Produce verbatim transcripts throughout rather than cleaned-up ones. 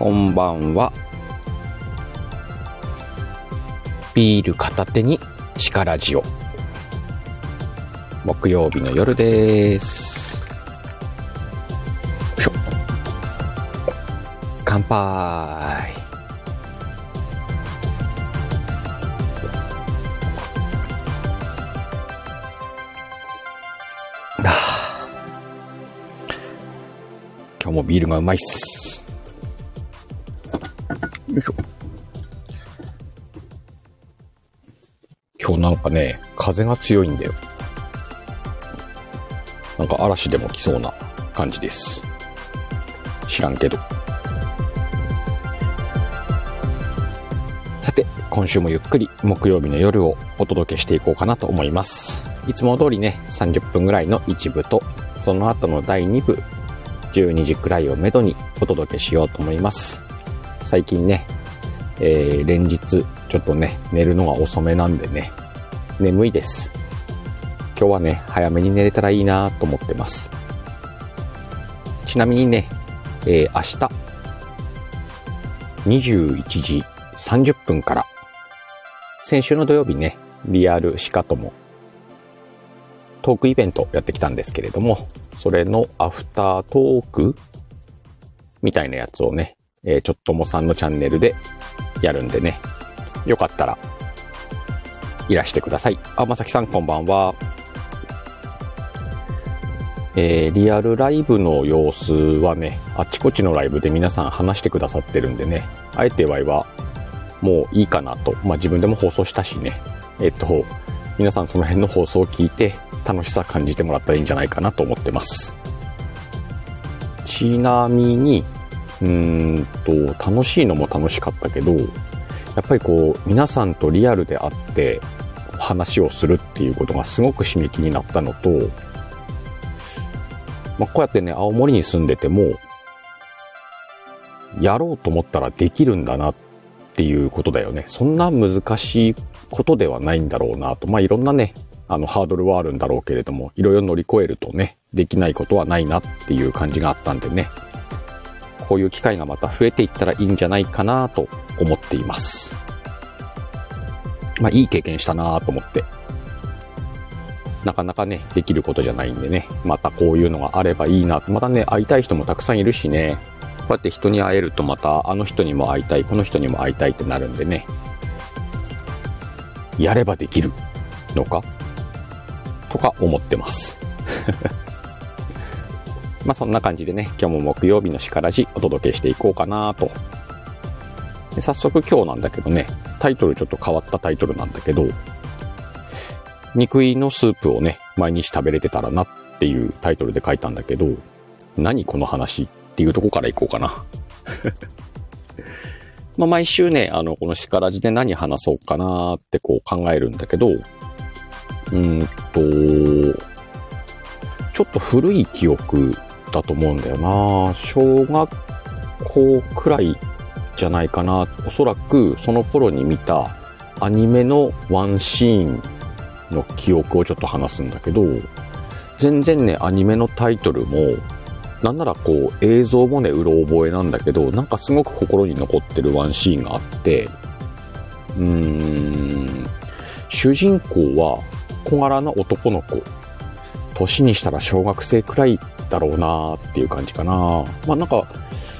こんばんは。ビール片手に力ラジオ、木曜日の夜です。よいしょ。乾杯。今日もビールがうまいっす。よいしょ。今日なんかね、風が強いんだよ。なんか嵐でも来そうな感じです。知らんけど。さて、今週もゆっくり木曜日の夜をお届けしていこうかなと思います。いつも通りね、さんじゅっぷんぐらいの一部と、その後のだいに部、じゅうにじくらいをめどにお届けしようと思います。最近ね、えー、連日ちょっとね寝るのが遅めなんでね、眠いです。今日はね早めに寝れたらいいなと思ってます。ちなみにね、えー、明日にじゅういちじさんじゅっぷんから先週の土曜日ね、リアルシカトもトークイベントやってきたんですけれども、それのアフタートークみたいなやつをね、えー、ちょっともさんのチャンネルでやるんでね、よかったらいらしてください。あ、まさきさんこんばんは。えー、リアルライブの様子はね、あっちこっちのライブで皆さん話してくださってるんでね、あえてわいはもういいかなと、まあ自分でも放送したしね、えっと皆さんその辺の放送を聞いて楽しさ感じてもらったらいいんじゃないかなと思ってます。ちなみにうーんと楽しいのも楽しかったけど、やっぱりこう皆さんとリアルで会って話をするっていうことがすごく刺激になったのと、まあ、こうやってね青森に住んでてもやろうと思ったらできるんだなっていうことだよね。そんな難しいことではないんだろうなと、まあいろんなねあのハードルはあるんだろうけれども、いろいろ乗り越えるとねできないことはないなっていう感じがあったんでね、こういう機会がまた増えていったらいいんじゃないかなと思っています。まあいい経験したなと思って、なかなかねできることじゃないんでね、またこういうのがあればいいな。またね会いたい人もたくさんいるしね、こうやって人に会えるとまたあの人にも会いたい、この人にも会いたいってなるんでね、やればできるのかとか思ってますまあそんな感じでね、今日も木曜日のしからじお届けしていこうかなと。早速今日なんだけどね、タイトルちょっと変わったタイトルなんだけど、肉いのスープをね毎日食べれてたらなっていうタイトルで書いたんだけど、何この話っていうとこからいこうかなまあ毎週ね、あのこのしからじで何話そうかなってこう考えるんだけど、うーんとちょっと古い記憶だと思うんだよな。小学校くらいじゃないかな。おそらくその頃に見たアニメのワンシーンの記憶をちょっと話すんだけど、全然ねアニメのタイトルもなんならこう映像もねうろ覚えなんだけど、なんかすごく心に残ってるワンシーンがあって、うーん主人公は小柄な男の子、年にしたら小学生くらいだろうなっていう感じかな。まあなんか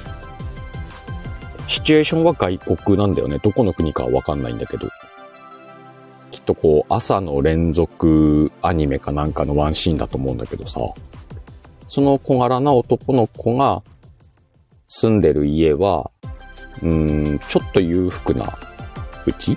シチュエーションは外国なんだよね。どこの国かはわかんないんだけど、きっとこう朝の連続アニメかなんかのワンシーンだと思うんだけどさ、その小柄な男の子が住んでる家はうーんちょっと裕福な家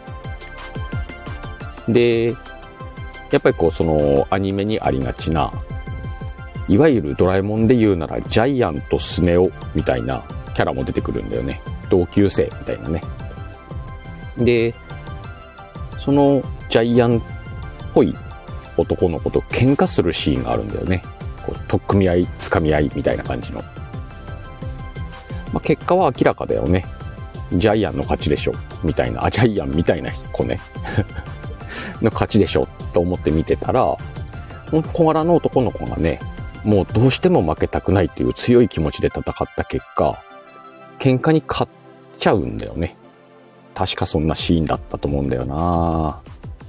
で、やっぱりこうそのアニメにありがちな、いわゆるドラえもんで言うならジャイアンとスネ夫みたいなキャラも出てくるんだよね。同級生みたいなね。でそのジャイアンっぽい男の子と喧嘩するシーンがあるんだよね。こう取っ組み合いつかみ合いみたいな感じの、まあ、結果は明らかだよね。ジャイアンの勝ちでしょみたいな、あジャイアンみたいな子ねの勝ちでしょと思って見てたら、小柄の男の子がねもうどうしても負けたくないっていう強い気持ちで戦った結果、喧嘩に勝っちゃうんだよね。確かそんなシーンだったと思うんだよな。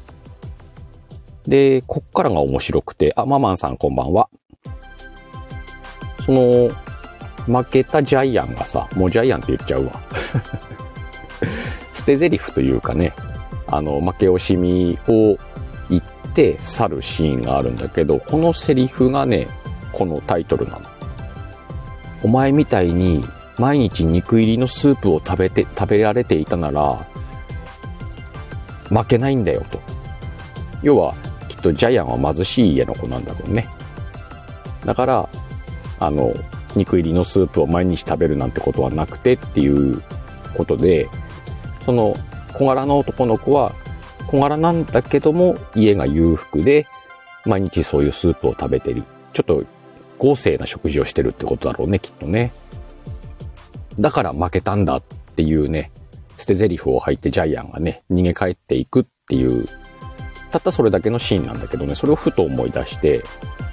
で、こっからが面白くて、あ、ママンさんこんばんは。その、負けたジャイアンがさ、もうジャイアンって言っちゃうわ。捨て台詞というかね、あの、負け惜しみを言って去るシーンがあるんだけど、このセリフがね、このタイトルなの。お前みたいに毎日肉入りのスープを食べて、食べられていたなら、負けないんだよと。要は、きっとジャイアンは貧しい家の子なんだろうね。だから、あの、肉入りのスープを毎日食べるなんてことはなくてっていうことで、その小柄の男の子は小柄なんだけども家が裕福で毎日そういうスープを食べてる。ちょっと豪勢な食事をしてるってことだろうね、きっとね。だから負けたんだっていうね、捨て台詞を吐いてジャイアンがね、逃げ帰っていくっていう、たったそれだけのシーンなんだけどね、それをふと思い出して、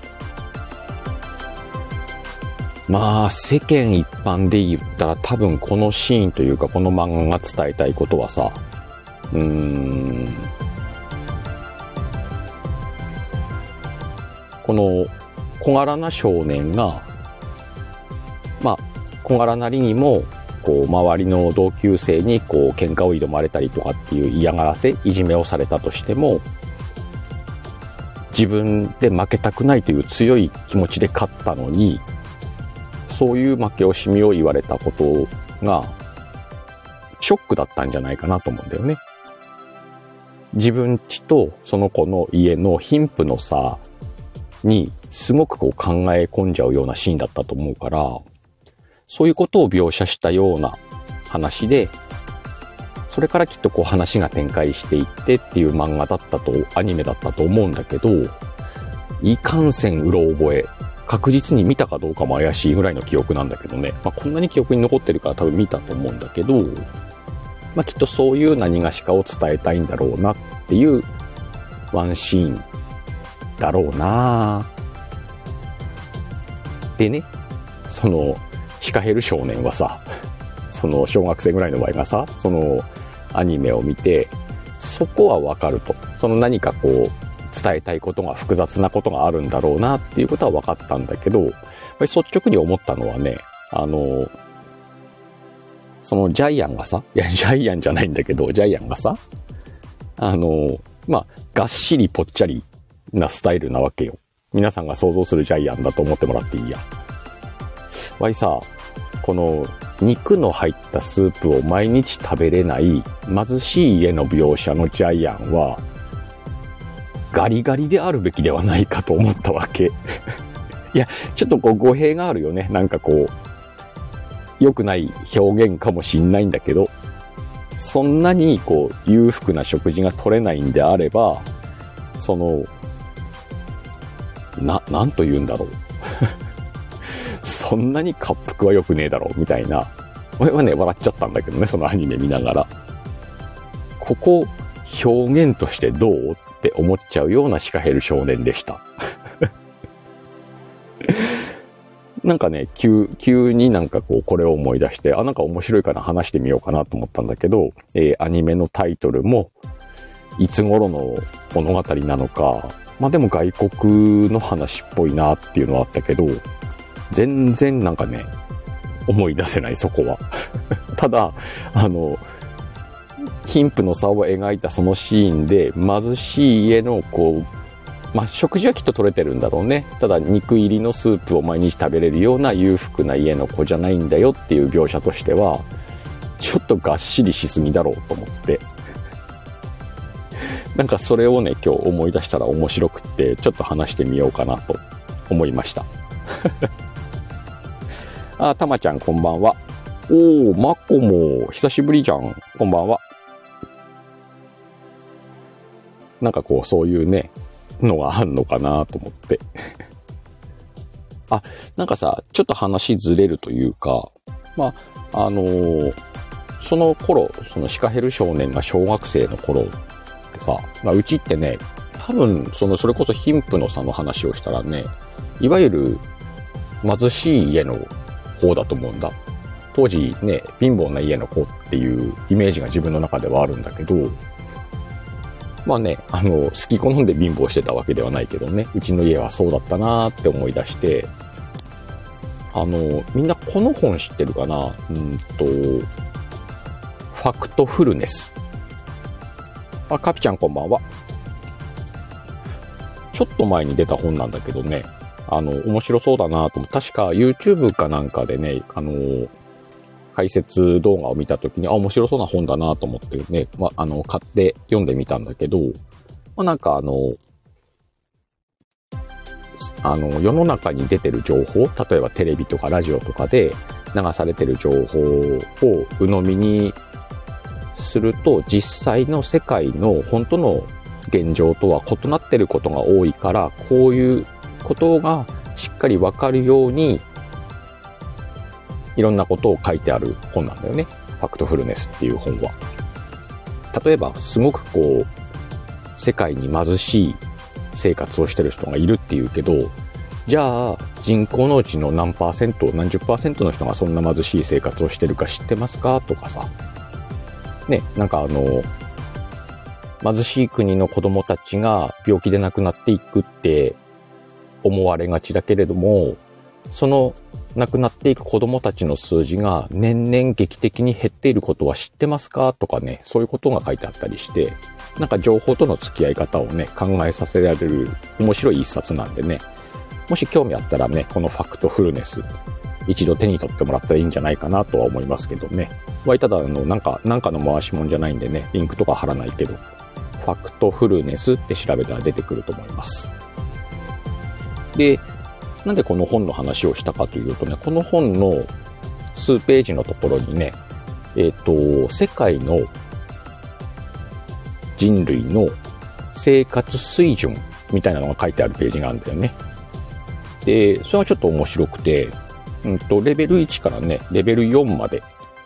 まあ世間一般で言ったら多分このシーンというかこの漫画が伝えたいことはさ、うーん、この小柄な少年が、まあ小柄なりにもこう周りの同級生にこう喧嘩を挑まれたりとかっていう嫌がらせ、いじめをされたとしても、自分で負けたくないという強い気持ちで勝ったのに、そういう負け惜しみを言われたことがショックだったんじゃないかなと思うんだよね。自分家とその子の家の貧富の差にすごくこう考え込んじゃうようなシーンだったと思うから、そういうことを描写したような話で、それからきっとこう話が展開していってっていう漫画だったと、アニメだったと思うんだけど、いかんせんうろ覚え。確実に見たかどうかも怪しいぐらいの記憶なんだけどね。まあ、こんなに記憶に残ってるから多分見たと思うんだけど、まあ、きっとそういう何がしかを伝えたいんだろうなっていうワンシーンだろうな。でね、そのシカヘル少年はさ、その小学生ぐらいの場合がさ、そのアニメを見て、そこはわかると。その何かこう、伝えたいことが複雑なことがあるんだろうなっていうことは分かったんだけど、やっぱり率直に思ったのはね、あの、そのジャイアンがさ、いや、ジャイアンじゃないんだけど、ジャイアンがさ、あの、まあ、がっしりぽっちゃりなスタイルなわけよ。皆さんが想像するジャイアンだと思ってもらっていいや。わいさ、この肉の入ったスープを毎日食べれない貧しい家の描写のジャイアンは、ガリガリであるべきではないかと思ったわけ。いや、ちょっとこう語弊があるよね。なんかこう、良くない表現かもしんないんだけど、そんなにこう、裕福な食事が取れないんであれば、その、な、なんと言うんだろう。そんなに滑腹は良くねえだろう、みたいな。俺はね、笑っちゃったんだけどね、そのアニメ見ながら。ここ、表現としてどうって思っちゃうようなシカヘル少年でした。なんかね、急、急になんかこう、これを思い出して、あ、なんか面白いから話してみようかなと思ったんだけど、えー、アニメのタイトルも、いつ頃の物語なのか、まあでも外国の話っぽいなっていうのはあったけど、全然なんかね、思い出せない、そこは。ただ、あの、貧富の差を描いたそのシーンで、貧しい家のこう、まあ、食事はきっと取れてるんだろうね。ただ肉入りのスープを毎日食べれるような裕福な家の子じゃないんだよっていう描写としては、ちょっとがっしりしすぎだろうと思って。なんかそれをね、今日思い出したら面白くって、ちょっと話してみようかなと思いました。あ、たまちゃんこんばんは。おー、まこも久しぶりじゃん。こんばんは。なんかこう、そういうね、のがあんのかなと思って。あ、なんかさ、ちょっと話ずれるというか、まあ、あのー、その頃、そのシカヘル少年が小学生の頃ってさ、まあ、うちってね、多分、その、それこそ貧富の差の話をしたらね、いわゆる貧しい家の方だと思うんだ。 当時ね、貧乏な家の子っていうイメージが自分の中ではあるんだけど、まあね、あの、好き好んで貧乏してたわけではないけどね、うちの家はそうだったなーって思い出して、あの、みんなこの本知ってるかな？うんと、ファクトフルネス。あ、カピちゃんこんばんは。ちょっと前に出た本なんだけどね、あの、面白そうだなと思って、確か YouTube かなんかでね、あの、解説動画を見たときに、あ、面白そうな本だなと思ってね、まあ、あの、買って読んでみたんだけど、まあ、なんかあの、あの、世の中に出てる情報、例えばテレビとかラジオとかで流されてる情報を鵜呑みにすると、実際の世界の本当の現状とは異なってることが多いから、こういうことがしっかりわかるように、いろんなことを書いてある本なんだよね。ファクトフルネスっていう本は。例えば、すごくこう、世界に貧しい生活をしてる人がいるっていうけど、じゃあ、人口のうちの何パーセント、何十パーセントの人がそんな貧しい生活をしてるか知ってますかとかさ。ね、なんかあの、貧しい国の子供たちが病気で亡くなっていくって思われがちだけれども、その亡くなっていく子供たちの数字が年々劇的に減っていることは知ってますかとかね、そういうことが書いてあったりして、なんか情報との付き合い方をね、考えさせられる面白い一冊なんでね、もし興味あったらね、このファクトフルネス、一度手に取ってもらったらいいんじゃないかなとは思いますけどね。わいただあの、なんか、なんかの回し物じゃないんでね、リンクとか貼らないけど、ファクトフルネスって調べたら出てくると思います。で、なんでこの本の話をしたかというとね、この本の数ページのところにね、えっと、世界の人類の生活水準みたいなのが書いてあるページがあるんだよね。で、それがちょっと面白くて、うんと、レベルいちからね、レベルよんまで、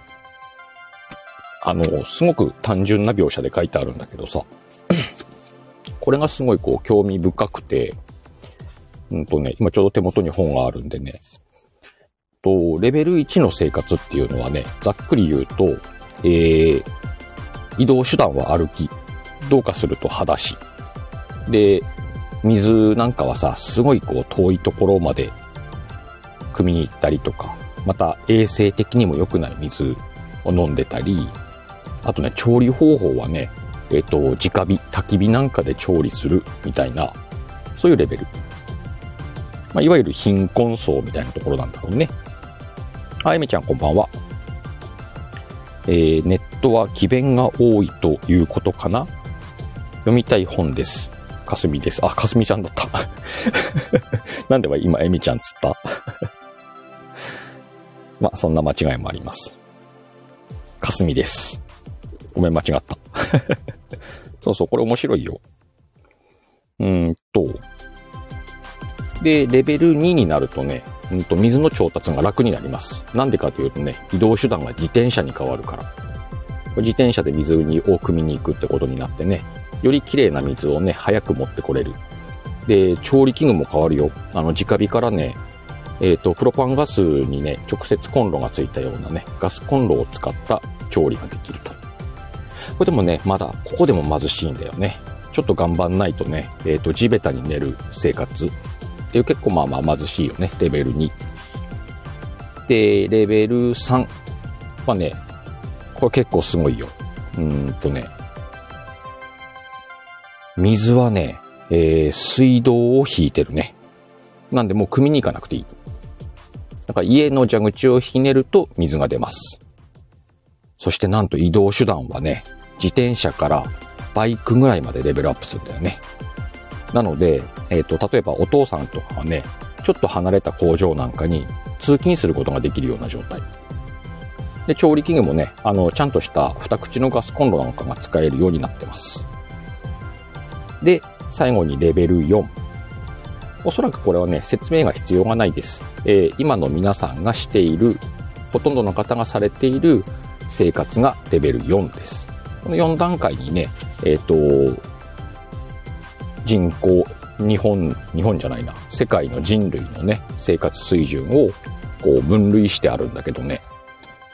あの、すごく単純な描写で書いてあるんだけどさ、これがすごいこう興味深くて、うんとね、今ちょうど手元に本があるんでね、と、レベルいちの生活っていうのはね、ざっくり言うと、えー、移動手段は歩き、どうかすると裸足。で、水なんかはさ、すごいこう遠いところまで汲みに行ったりとか、また衛生的にも良くない水を飲んでたり、あとね、調理方法はね、えっと、直火、焚き火なんかで調理するみたいな、そういうレベル。まあ、いわゆる貧困層みたいなところなんだろうね。あ、えみちゃんこんばんは。えー、ネットは詭弁が多いということかな？読みたい本です。かすみです。あ、かすみちゃんだった。なんで今、えみちゃんつったまあ、そんな間違いもあります。かすみです。ごめん、間違った。そうそう、これ面白いよ。うーんと。で、レベルにになるとね、うんと、水の調達が楽になります。なんでかというとね、移動手段が自転車に変わるから。自転車で水にを汲みに行くってことになってね、より綺麗な水をね、早く持ってこれる。で、調理器具も変わるよ。あの、直火からね、えっと、プロパンガスにね、直接コンロがついたようなね、ガスコンロを使った調理ができると。これでもね、まだ、ここでも貧しいんだよね。ちょっと頑張んないとね、えっと、地べたに寝る生活。っていう結構まあまあ貧しいよね、レベルに。で、レベルさんはね、これ結構すごいよ。うーんとね、水はね、えー、水道を引いてるね。なんでもう汲みに行かなくていい。だから家の蛇口をひねると水が出ます。そしてなんと移動手段はね、自転車からバイクぐらいまでレベルアップするんだよね。なので、えっと、例えばお父さんとかはね、ちょっと離れた工場なんかに通勤することができるような状態。で、調理器具もね、あの、ちゃんとした二口のガスコンロなんかが使えるようになってます。で、最後にレベルよん。おそらくこれはね、説明が必要がないです。えー、今の皆さんがしている、ほとんどの方がされている生活がレベルよんです。このよん段階にね、えっと、人口、日本、日本じゃないな、世界の人類のね、生活水準をこう分類してあるんだけどね、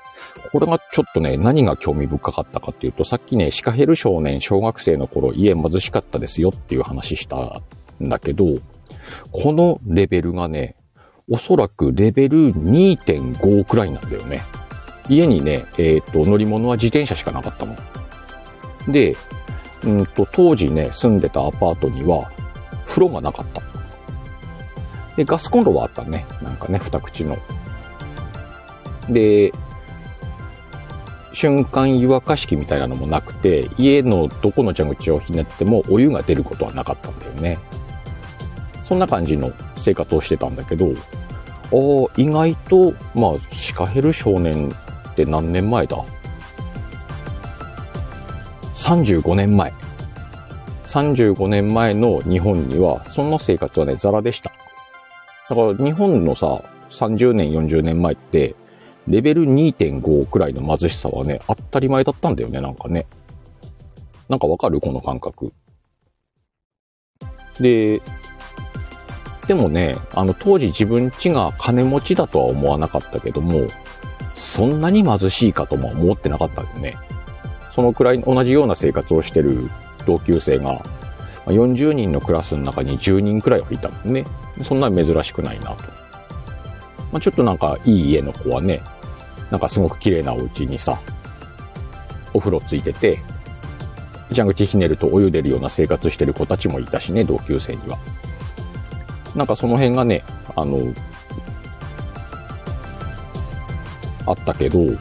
これがちょっとね、何が興味深かったかっていうと、さっきね、シカヘル少年、小学生の頃、家貧しかったですよっていう話したんだけど、このレベルがね、おそらくレベル にてんご くらいなんだよね。家にね、えっと、乗り物は自転車しかなかったの。で、うんと、当時ね、住んでたアパートには、風呂がなかった。で、ガスコンロはあったね。なんかね、二口の。で、瞬間湯沸かし器みたいなのもなくて、家のどこの蛇口をひねってもお湯が出ることはなかったんだよね。そんな感じの生活をしてたんだけど、ああ、意外と、まあ、シカヘル少年って何年前だ ?さんじゅうごねんまえ。さんじゅうごねんまえの日本には、そんな生活はね、ザラでした。だから日本のさ、さんじゅうねん、よんじゅうねんまえって、レベル にてんご くらいの貧しさはね、当たり前だったんだよね、なんかね。なんかわかる？この感覚。で、でもね、あの当時自分家が金持ちだとは思わなかったけども、そんなに貧しいかとも思ってなかったんだよね。そのくらい同じような生活をしてる同級生が、よんじゅうにんのクラスの中にじゅうにんくらいはいたもんね。そんな珍しくないなと。まあ、ちょっとなんかいい家の子はね、なんかすごく綺麗なお家にさ、お風呂ついてて、蛇口ひねるとお湯出るような生活してる子たちもいたしね、同級生には。なんかその辺がね、あの、あったけど、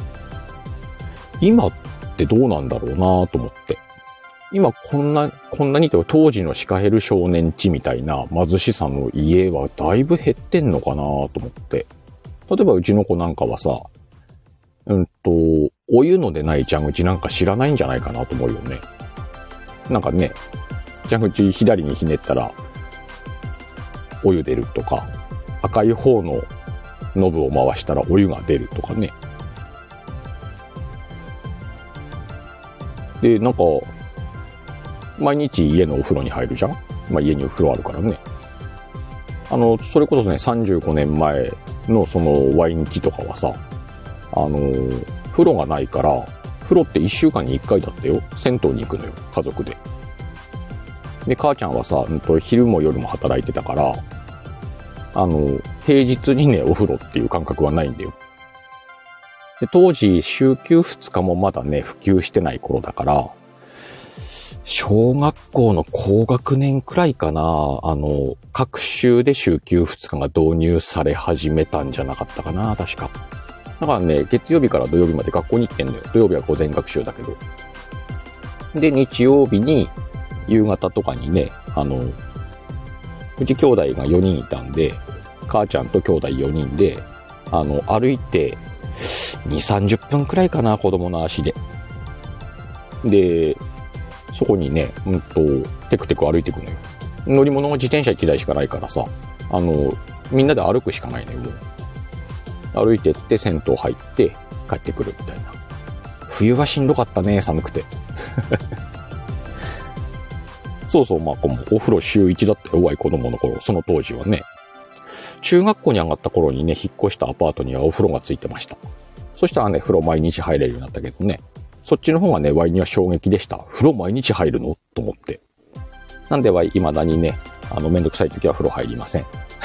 今ってどうなんだろうなと思って。今こんな、こんなにと当時のシカヘル少年地みたいな貧しさの家はだいぶ減ってんのかなと思って。例えばうちの子なんかはさ、うんと、お湯の出ない蛇口なんか知らないんじゃないかなと思うよね。なんかね、蛇口左にひねったらお湯出るとか、赤い方のノブを回したらお湯が出るとかね。で、なんか、毎日家のお風呂に入るじゃん？まあ家にお風呂あるからね。あの、それこそね、さんじゅうごねんまえのそのワイン機とかはさ、あのー、風呂がないから、風呂っていっしゅうかんにいっかいだったよ。銭湯に行くのよ、家族で。で、母ちゃんはさ、うんと、昼も夜も働いてたから、あの、平日にね、お風呂っていう感覚はないんだよ。で、当時、週休ふつかもまだね、普及してない頃だから、小学校の高学年くらいかな、あの、各週で週休ふつかが導入され始めたんじゃなかったかな、確か。だからね、月曜日から土曜日まで学校に行ってんだよ。土曜日は午前学習だけど。で、日曜日に、夕方とかにね、あの、うち兄弟がよにんいたんで、母ちゃんと兄弟よにんで、あの、歩いて、に、さんじゅっぷんくらいかな、子供の足で。で、そこにね、うんと、テクテク歩いてくのよ。乗り物が自転車いちだいしかないからさ、あの、みんなで歩くしかないのよ、もう。歩いてって銭湯入って帰ってくるみたいな。冬はしんどかったね、寒くて。そうそう、まあ、お風呂週いちだったよ、弱い子供の頃、その当時はね。中学校に上がった頃にね、引っ越したアパートにはお風呂がついてました。そしたらね、風呂毎日入れるようになったけどね。そっちの方がね、ワイには衝撃でした。風呂毎日入るのと思って。なんでワイ、未だにね、あの、めんどくさい時は風呂入りません。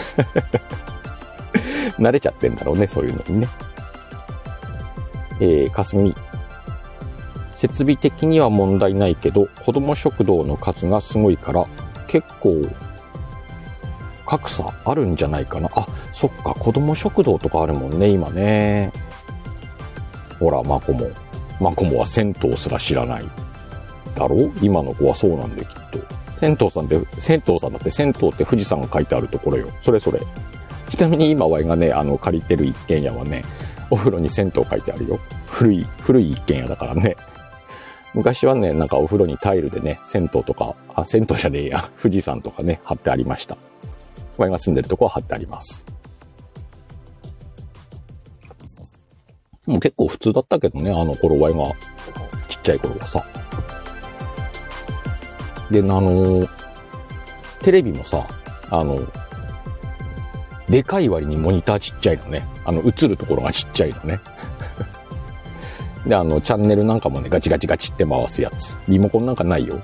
慣れちゃってんだろうね、そういうのにね。えー、かすみ。設備的には問題ないけど、子供食堂の数がすごいから、結構、格差あるんじゃないかな。あ、そっか、子供食堂とかあるもんね、今ね。ほら、マコモ。マコモは銭湯すら知らない。だろ？今の子はそうなんだよ、きっと。銭湯さんって、銭湯さんだって銭湯って富士山が書いてあるところよ。それそれ。ちなみに今ワイがね、あの、借りてる一軒家はね、お風呂に銭湯書いてあるよ。古い、古い一軒家だからね。昔はね、なんかお風呂にタイルでね、銭湯とか、あ、銭湯じゃねえや、富士山とかね、貼ってありました。ワイが住んでるとこは貼ってあります。もう結構普通だったけどね、あの頃ワイがちっちゃい頃はさ。で、あの、テレビもさ、あの、でかい割にモニターちっちゃいのね。あの、映るところがちっちゃいのね。 で、あの、チャンネルなんかもね、ガチガチガチって回すやつ。リモコンなんかないよ。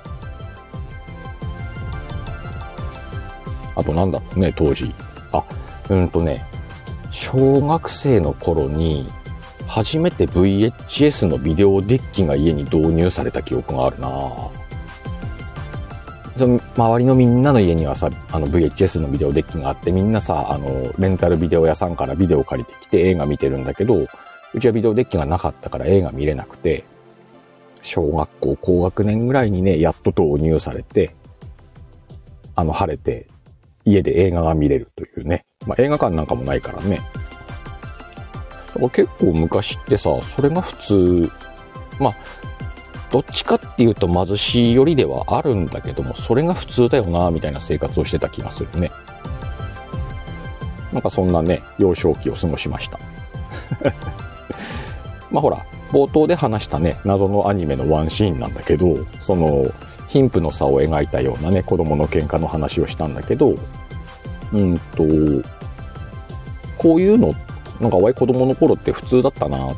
あとなんだろうね、当時。あ、うんとね、小学生の頃に、初めて ブイエイチエス のビデオデッキが家に導入された記憶があるなぁ。その周りのみんなの家にはさ、あの ブイエイチエス のビデオデッキがあって、みんなさ、あの、レンタルビデオ屋さんからビデオ借りてきて映画見てるんだけど、うちはビデオデッキがなかったから映画見れなくて、小学校高学年ぐらいにね、やっと導入されて、あの、晴れて、家で映画が見れるというね。まあ、映画館なんかもないからね。結構昔ってさ、それが普通、まあ、どっちかっていうと貧しいよりではあるんだけども、それが普通だよな、みたいな生活をしてた気がするね。なんかそんなね、幼少期を過ごしました。まあほら、冒頭で話したね、謎のアニメのワンシーンなんだけど、その、貧富の差を描いたようなね、子供の喧嘩の話をしたんだけど、うんと、こういうの、なんかわい子供の頃って普通だったなと思って、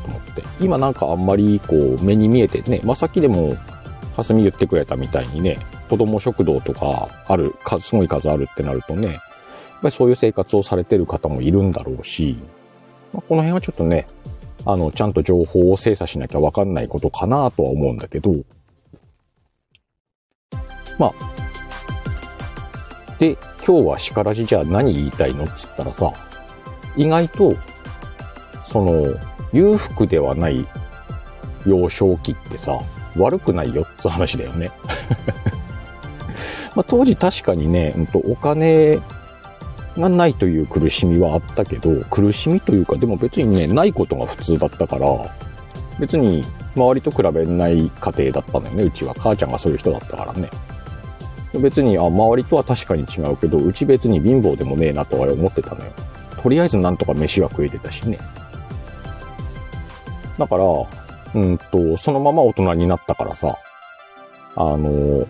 今なんかあんまりこう目に見えてね、まあ、さっきでも、はすみ言ってくれたみたいにね、子供食堂とかある、すごい数あるってなるとね、やっぱりそういう生活をされてる方もいるんだろうし、まあ、この辺はちょっとね、あの、ちゃんと情報を精査しなきゃわかんないことかなとは思うんだけど、まあ、で、今日はしからじじゃあ何言いたいのっつったらさ、意外と、その、裕福ではない幼少期ってさ、悪くないよって話だよね。まあ、当時確かにね、うんと、お金がないという苦しみはあったけど、苦しみというか、でも別にね、ないことが普通だったから、別に周りと比べない家庭だったんだよね、うちは。母ちゃんがそういう人だったからね。別に、あ、周りとは確かに違うけど、うち別に貧乏でもねえなとは思ってたのよ。とりあえずなんとか飯は食えてたしね。だから、うんと、そのまま大人になったからさ、あの、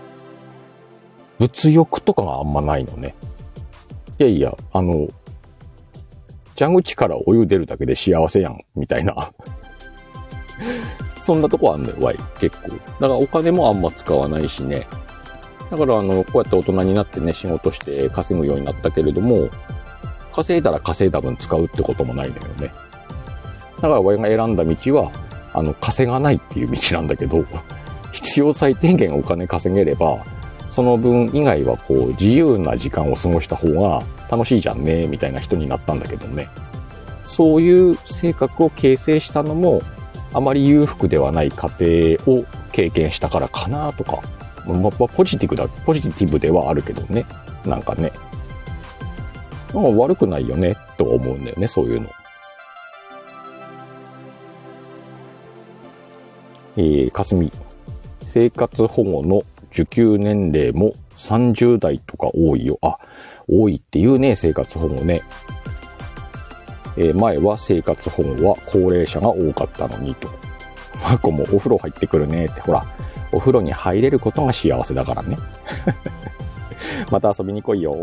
物欲とかがあんまないのね。いやいや、あの、蛇口からお湯出るだけで幸せやん、みたいな。そんなとこあんのよ、わい、結構。だからお金もあんま使わないしね。だからあの、こうやって大人になってね、仕事して稼ぐようになったけれども、稼いだら稼いだ分使うってこともないのよね。だから俺が選んだ道は、あの、稼がないっていう道なんだけど、必要最低限お金稼げれば、その分以外はこう、自由な時間を過ごした方が楽しいじゃんね、みたいな人になったんだけどね。そういう性格を形成したのも、あまり裕福ではない家庭を経験したからかなとか、まあ、ポジティブだ、ポジティブではあるけどね。なんかね。悪くないよね、と思うんだよね、そういうの。えー、かすみ。生活保護の受給年齢もさんじゅう代とか多いよ。あ、多いっていうね、生活保護ね。えー、前は生活保護は高齢者が多かったのにと。マコもお風呂入ってくるねって、ほら、お風呂に入れることが幸せだからね。また遊びに来いよ。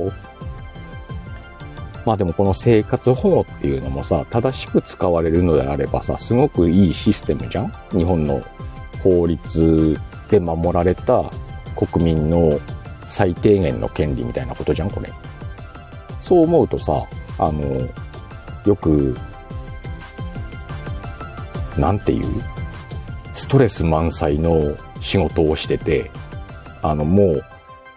まあでもこの生活保護っていうのもさ、正しく使われるのであればさ、すごくいいシステムじゃん？日本の法律で守られた国民の最低限の権利みたいなことじゃん、これ。そう思うとさ、あの、よく、なんていう？ストレス満載の仕事をしてて、あのもう、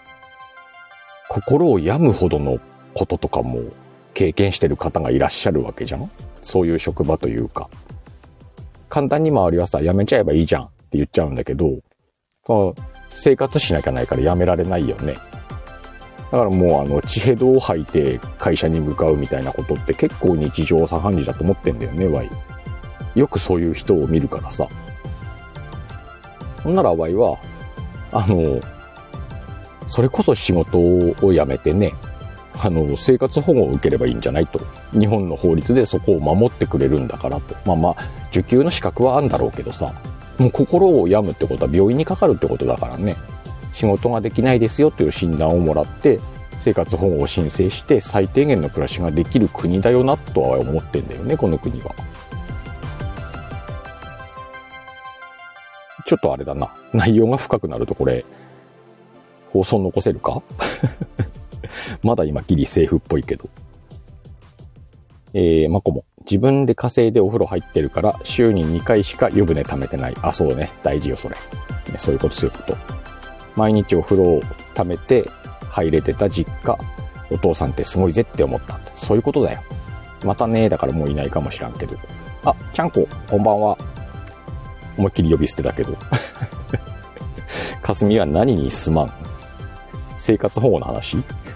心を病むほどのこととかも経験してる方がいらっしゃるわけじゃん？そういう職場というか。簡単に周りはさ、辞めちゃえばいいじゃんって言っちゃうんだけど、その生活しなきゃないから辞められないよね。だからもうあの、血ヘドを吐いて会社に向かうみたいなことって結構日常茶飯事だと思ってんだよね、ワイ。よくそういう人を見るからさ。そんならワイは、あの、それこそ仕事を辞めてね、あの、生活保護を受ければいいんじゃないと。日本の法律でそこを守ってくれるんだからと。まあまあ、受給の資格はあるんだろうけどさ、もう心を病むってことは病院にかかるってことだからね。仕事ができないですよという診断をもらって、生活保護を申請して最低限の暮らしができる国だよなとは思ってんだよね、この国は。 ちょっとあれだな。内容が深くなるとこれ、放送残せるかまだ今ギリセーフっぽいけど。えー、まこも。自分で稼いでお風呂入ってるから週ににかいしか湯船溜めてない。あ、そうね。大事よ、それ。ね、そういうこと、そういうこと。毎日お風呂を溜めて入れてた実家。お父さんってすごいぜって思った。そういうことだよ。またね、だからもういないかもしらんけど。あ、ちゃんこ、こんばんは。思いっきり呼び捨てだけど。かすみは何にすまん？生活保護の話？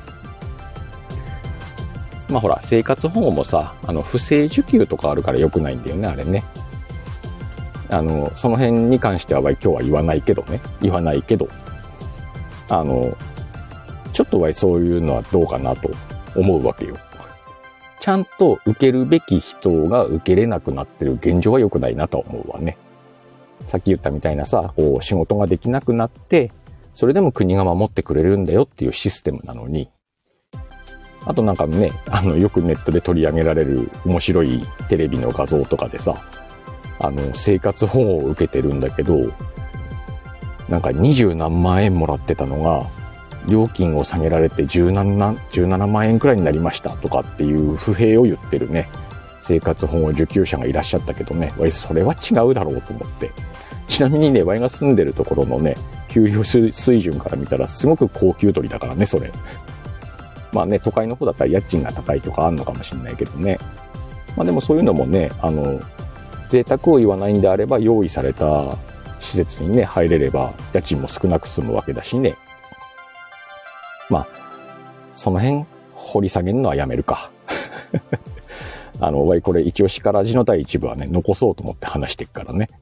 まあほら、生活保護もさ、あの、不正受給とかあるから良くないんだよね、あれね。あの、その辺に関しては、今日は言わないけどね。言わないけど。あの、ちょっとはそういうのはどうかなと思うわけよ。ちゃんと受けるべき人が受けれなくなってる現状は良くないなと思うわね。さっき言ったみたいなさ、こう仕事ができなくなって、それでも国が守ってくれるんだよっていうシステムなのに、あとなんかね、あの、よくネットで取り上げられる面白いテレビの画像とかでさ、あの、生活保護を受けてるんだけど、なんか二十何万円もらってたのが、料金を下げられて十何、十七万円くらいになりましたとかっていう不平を言ってるね、生活保護受給者がいらっしゃったけどね、わい、それは違うだろうと思って。ちなみにね、わいが住んでるところのね、給与水準から見たらすごく高級取りだからね、それ。まあね、都会の方だったら家賃が高いとかあるのかもしれないけどね。まあでもそういうのもね、あの、贅沢を言わないんであれば用意された施設にね、入れれば家賃も少なく済むわけだしね。まあ、その辺掘り下げるのはやめるか。あの、わいこれ一応しからじの第一部はね、残そうと思って話してっからね。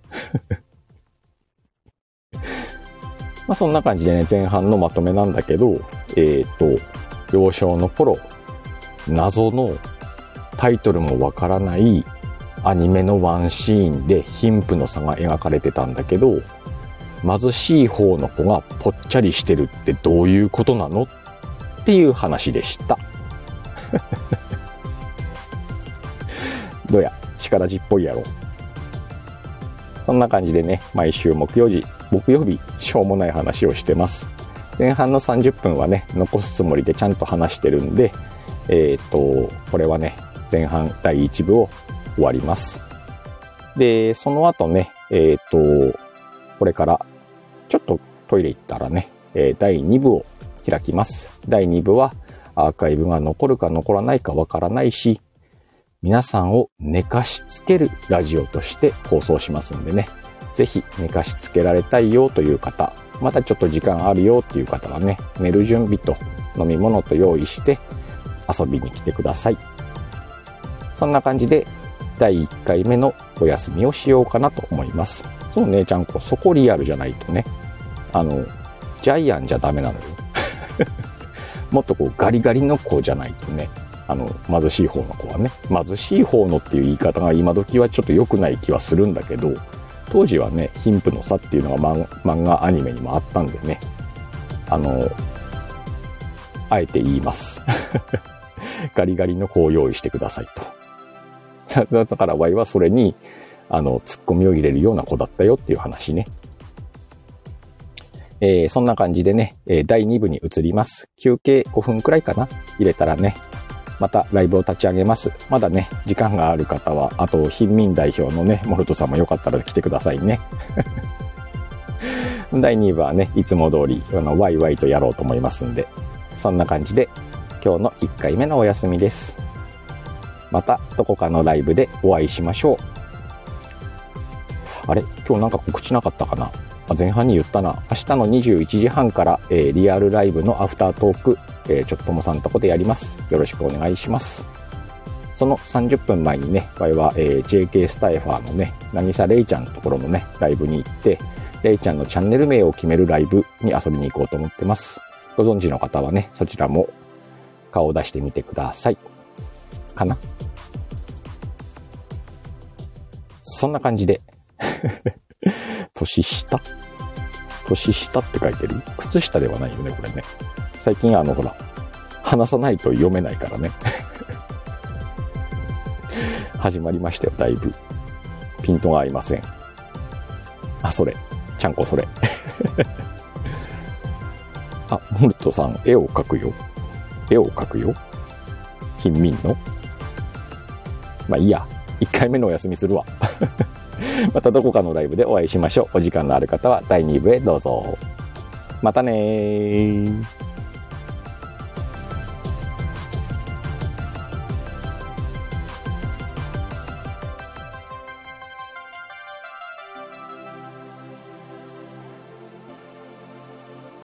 まあそんな感じでね、前半のまとめなんだけど、えっと、幼少の頃、謎のタイトルもわからないアニメのワンシーンで貧富の差が描かれてたんだけど、貧しい方の子がぽっちゃりしてるってどういうことなのっていう話でした。どうや、力じっぽいやろ。そんな感じでね、毎週木曜日、木曜日、しょうもない話をしてます。前半のさんじゅっぷんはね、残すつもりでちゃんと話してるんで、えっと、これはね、前半だいいち部を終わります。で、その後ね、えっと、これから、ちょっとトイレ行ったらね、だいに部を開きます。だいに部はアーカイブが残るか残らないかわからないし、皆さんを寝かしつけるラジオとして放送しますんでね、ぜひ寝かしつけられたいよという方、またちょっと時間あるよっていう方はね、寝る準備と飲み物と用意して遊びに来てください。そんな感じでだいいっかいめのお休みをしようかなと思います。そうね、ちゃんこ、そこリアルじゃないとね、あの、ジャイアンじゃダメなのよ。もっとこうガリガリの子じゃないとね、あの、貧しい方の子はね、貧しい方のっていう言い方が今時はちょっと良くない気はするんだけど、当時はね、貧富の差っていうのが漫、漫画アニメにもあったんでね、あの、あえて言います。ガリガリの子を用意してくださいと。だからワイはそれに、あの、ツッコミを入れるような子だったよっていう話ね。えー、そんな感じでね、だいに部に移ります。休憩ごふんくらいかな入れたらね、またライブを立ち上げます。まだね、時間がある方は、あと、貧民代表のね、モルトさんもよかったら来てくださいね。だいに部はね、いつも通り、あの、ワイワイとやろうと思いますんで、そんな感じで、今日のいっかいめのお休みです。また、どこかのライブでお会いしましょう。あれ？今日なんか告知なかったかな？前半に言ったな。明日のにじゅういちじはんから、えー、リアルライブのアフタートーク、えー、ちょっともさんとこでやります。よろしくお願いします。そのさんじゅっぷんまえにね、我々は、えー、ジェーケー スタイファーのね、なぎされいちゃんのところのね、ライブに行って、れいちゃんのチャンネル名を決めるライブに遊びに行こうと思ってます。ご存知の方はね、そちらも顔を出してみてください。かな？そんな感じで。年下年下って書いてる？靴下ではないよね、これね。最近あの、ほら、話さないと読めないからね。始まりましたよ、だいぶ。ピントが合いません。あ、それ。 ちゃんこそれ。あ、モルトさん、絵を描くよ。絵を描くよ。貧民の。まあいいや。いっかいめのお休みするわ。またどこかのライブでお会いしましょう。お時間のある方はだいに部へどうぞ。またねー。